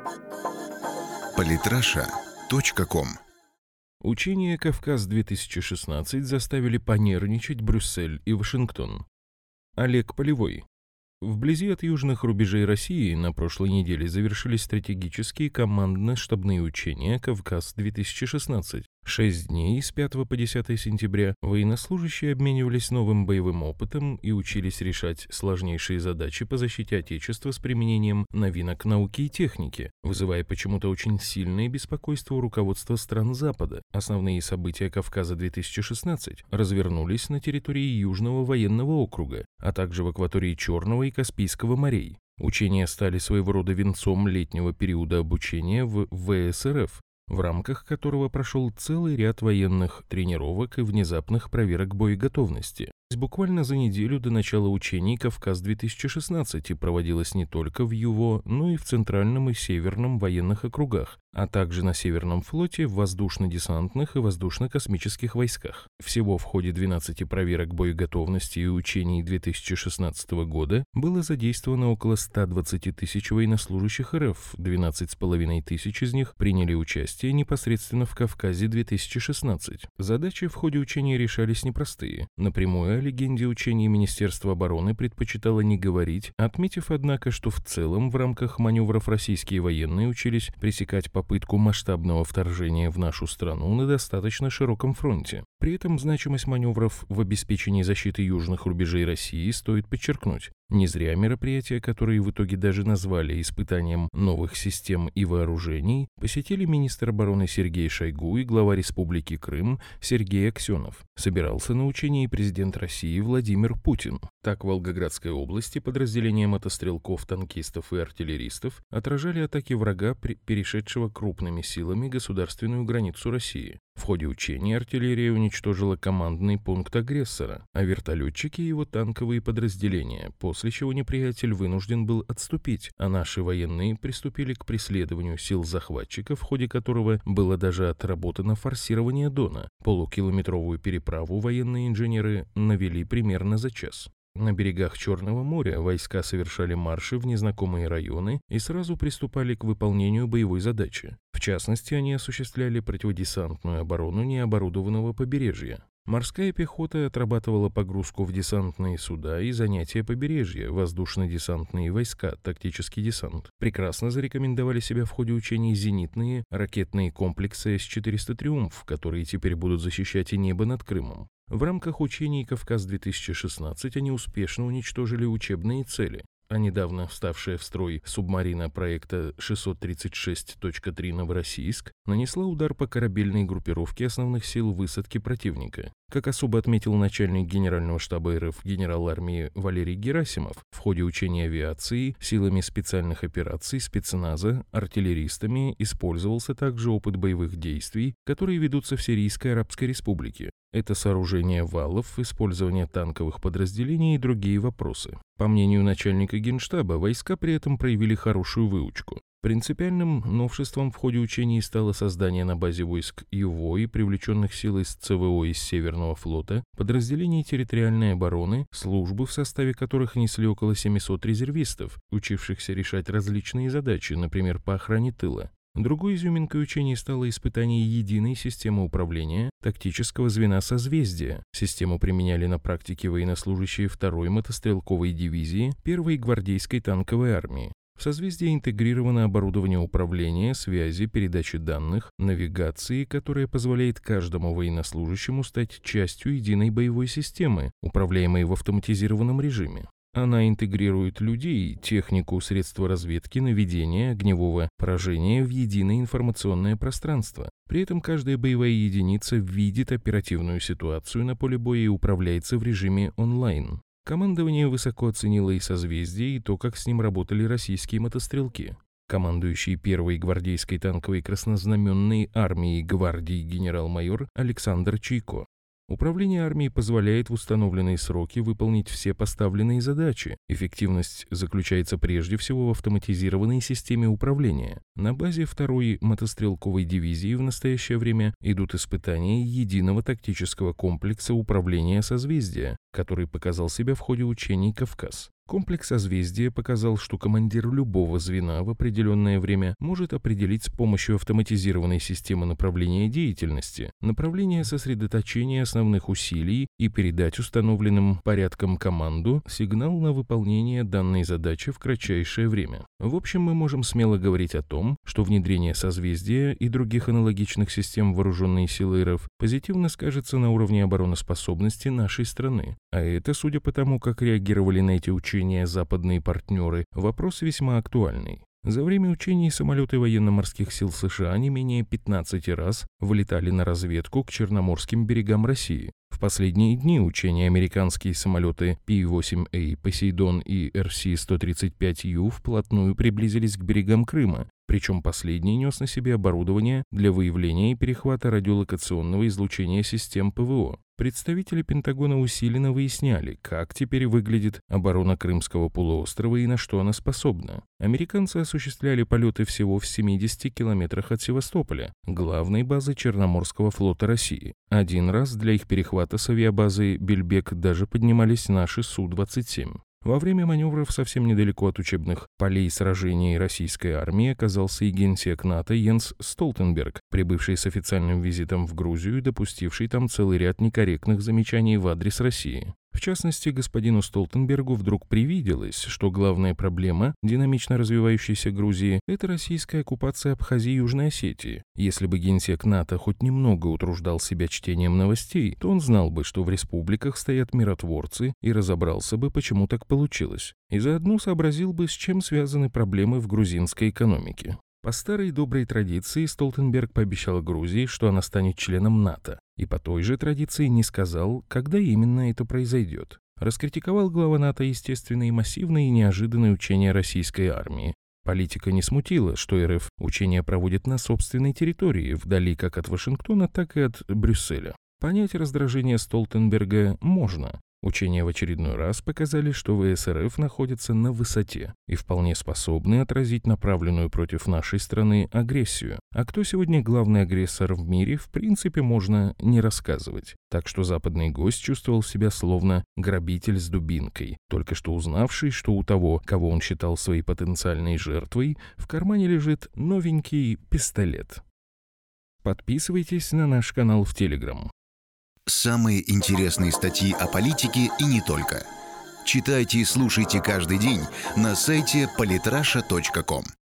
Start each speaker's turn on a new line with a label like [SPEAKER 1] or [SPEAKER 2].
[SPEAKER 1] Политраша.ком.
[SPEAKER 2] Учения «Кавказ-2016» заставили понервничать Брюссель и Вашингтон. Олег Полевой. Вблизи от южных рубежей России на прошлой неделе завершились стратегические командно-штабные учения «Кавказ-2016». 6 дней с 5 по 10 сентября военнослужащие обменивались новым боевым опытом и учились решать сложнейшие задачи по защите Отечества с применением новинок науки и техники, вызывая почему-то очень сильное беспокойство у руководства стран Запада. Основные события Кавказа-2016 развернулись на территории Южного военного округа, а также в акватории Черного и Каспийского морей. Учения стали своего рода венцом летнего периода обучения в ВСРФ, в рамках которого прошел целый ряд военных тренировок и внезапных проверок боеготовности. Буквально за неделю до начала учений «Кавказ-2016» проводилось не только в ЮВО, но и в Центральном и Северном военных округах, а также на Северном флоте, в воздушно-десантных и воздушно-космических войсках. Всего в ходе 12 проверок боеготовности и учений 2016 года было задействовано около 120 тысяч военнослужащих РФ, 12,5 тысяч из них приняли участие непосредственно в Кавказе-2016. Задачи в ходе учений решались непростые. Напрямую о легенде учений Министерство обороны предпочитало не говорить, отметив, однако, что в целом в рамках маневров российские военные учились пресекать попытку масштабного вторжения в нашу страну на достаточно широком фронте. При этом значимость маневров в обеспечении защиты южных рубежей России стоит подчеркнуть. Не зря мероприятия, которые в итоге даже назвали испытанием новых систем и вооружений, посетили министр обороны Сергей Шойгу и глава Республики Крым Сергей Аксенов. Собирался на учении и президент России Владимир Путин. Так, в Волгоградской области подразделения мотострелков, танкистов и артиллеристов отражали атаки врага, перешедшего крупными силами государственную границу России. В ходе учений артиллерия уничтожила командный пункт агрессора, а вертолетчики его танковые подразделения, после чего неприятель вынужден был отступить, а наши военные приступили к преследованию сил захватчика, в ходе которого было даже отработано форсирование Дона. Полукилометровую переправу военные инженеры навели примерно за час. На берегах Черного моря войска совершали марши в незнакомые районы и сразу приступали к выполнению боевой задачи. В частности, они осуществляли противодесантную оборону необорудованного побережья. Морская пехота отрабатывала погрузку в десантные суда и занятия побережья, воздушно-десантные войска, тактический десант. Прекрасно зарекомендовали себя в ходе учений зенитные ракетные комплексы С-400 «Триумф», которые теперь будут защищать и небо над Крымом. В рамках учений «Кавказ-2016» они успешно уничтожили учебные цели, а недавно вставшая в строй субмарина проекта 636.3 «Новороссийск» нанесла удар по корабельной группировке основных сил высадки противника. Как особо отметил начальник Генерального штаба РФ генерал армии Валерий Герасимов, в ходе учения авиации силами специальных операций спецназа, артиллеристами использовался также опыт боевых действий, которые ведутся в Сирийской Арабской Республике. Это сооружение валов, использование танковых подразделений и другие вопросы. По мнению начальника Генштаба, войска при этом проявили хорошую выучку. Принципиальным новшеством в ходе учений стало создание на базе войск ЮВО и привлеченных сил из ЦВО из Северного флота подразделений территориальной обороны, службы, в составе которых несли около 700 резервистов, учившихся решать различные задачи, например, по охране тыла. Другой изюминкой учений стало испытание единой системы управления тактического звена «Созвездие». Систему применяли на практике военнослужащие 2-й мотострелковой дивизии 1-й гвардейской танковой армии. В «Созвездии» интегрировано оборудование управления, связи, передачи данных, навигации, которое позволяет каждому военнослужащему стать частью единой боевой системы, управляемой в автоматизированном режиме. Она интегрирует людей, технику, средства разведки, наведения, огневого поражения в единое информационное пространство. При этом каждая боевая единица видит оперативную ситуацию на поле боя и управляется в режиме онлайн. Командование высоко оценило и «Созвездие», и то, как с ним работали российские мотострелки. Командующий 1-й гвардейской танковой краснознаменной армией гвардии генерал-майор Александр Чайко. Управление армией позволяет в установленные сроки выполнить все поставленные задачи. Эффективность заключается прежде всего в автоматизированной системе управления. На базе 2-й мотострелковой дивизии в настоящее время идут испытания единого тактического комплекса управления созвездия, который показал себя в ходе учений «Кавказ». Комплекс созвездия показал, что командир любого звена в определенное время может определить с помощью автоматизированной системы направления деятельности, направление сосредоточения основных усилий и передать установленным порядком команду сигнал на выполнение данной задачи в кратчайшее время. В общем, мы можем смело говорить о том, что внедрение созвездия и других аналогичных систем вооруженной силы РФ позитивно скажется на уровне обороноспособности нашей страны. А это, судя по тому, как реагировали на эти учения западные партнеры, вопрос весьма актуальный. За время учений самолеты военно-морских сил США не менее 15 раз вылетали на разведку к Черноморским берегам России. В последние дни учения американские самолеты P-8A «Посейдон» и RC-135U вплотную приблизились к берегам Крыма, причем последний нес на себе оборудование для выявления и перехвата радиолокационного излучения систем ПВО. Представители Пентагона усиленно выясняли, как теперь выглядит оборона Крымского полуострова и на что она способна. Американцы осуществляли полеты всего в 70 километрах от Севастополя, главной базы Черноморского флота России. Один раз для их перехвата с авиабазы Бельбек даже поднимались наши Су-27. Во время маневров совсем недалеко от учебных полей сражений российской армии оказался и генсек НАТО Йенс Столтенберг, прибывший с официальным визитом в Грузию и допустивший там целый ряд некорректных замечаний в адрес России. В частности, господину Столтенбергу вдруг привиделось, что главная проблема динамично развивающейся Грузии – это российская оккупация Абхазии и Южной Осетии. Если бы генсек НАТО хоть немного утруждал себя чтением новостей, то он знал бы, что в республиках стоят миротворцы и разобрался бы, почему так получилось. И заодно сообразил бы, с чем связаны проблемы в грузинской экономике. По старой доброй традиции Столтенберг пообещал Грузии, что она станет членом НАТО, и по той же традиции не сказал, когда именно это произойдет. Раскритиковал глава НАТО естественные массивные и неожиданные учения российской армии. Политика не смутила, что РФ учения проводит на собственной территории, вдали как от Вашингтона, так и от Брюсселя. Понять раздражение Столтенберга можно. Учения в очередной раз показали, что ВС РФ находятся на высоте и вполне способны отразить направленную против нашей страны агрессию. А кто сегодня главный агрессор в мире, в принципе, можно не рассказывать. Так что западный гость чувствовал себя словно грабитель с дубинкой, только что узнавший, что у того, кого он считал своей потенциальной жертвой, в кармане лежит новенький пистолет. Подписывайтесь на наш канал в Telegram.
[SPEAKER 1] Самые интересные статьи о политике и не только. Читайте и слушайте каждый день на сайте polytrasha.com.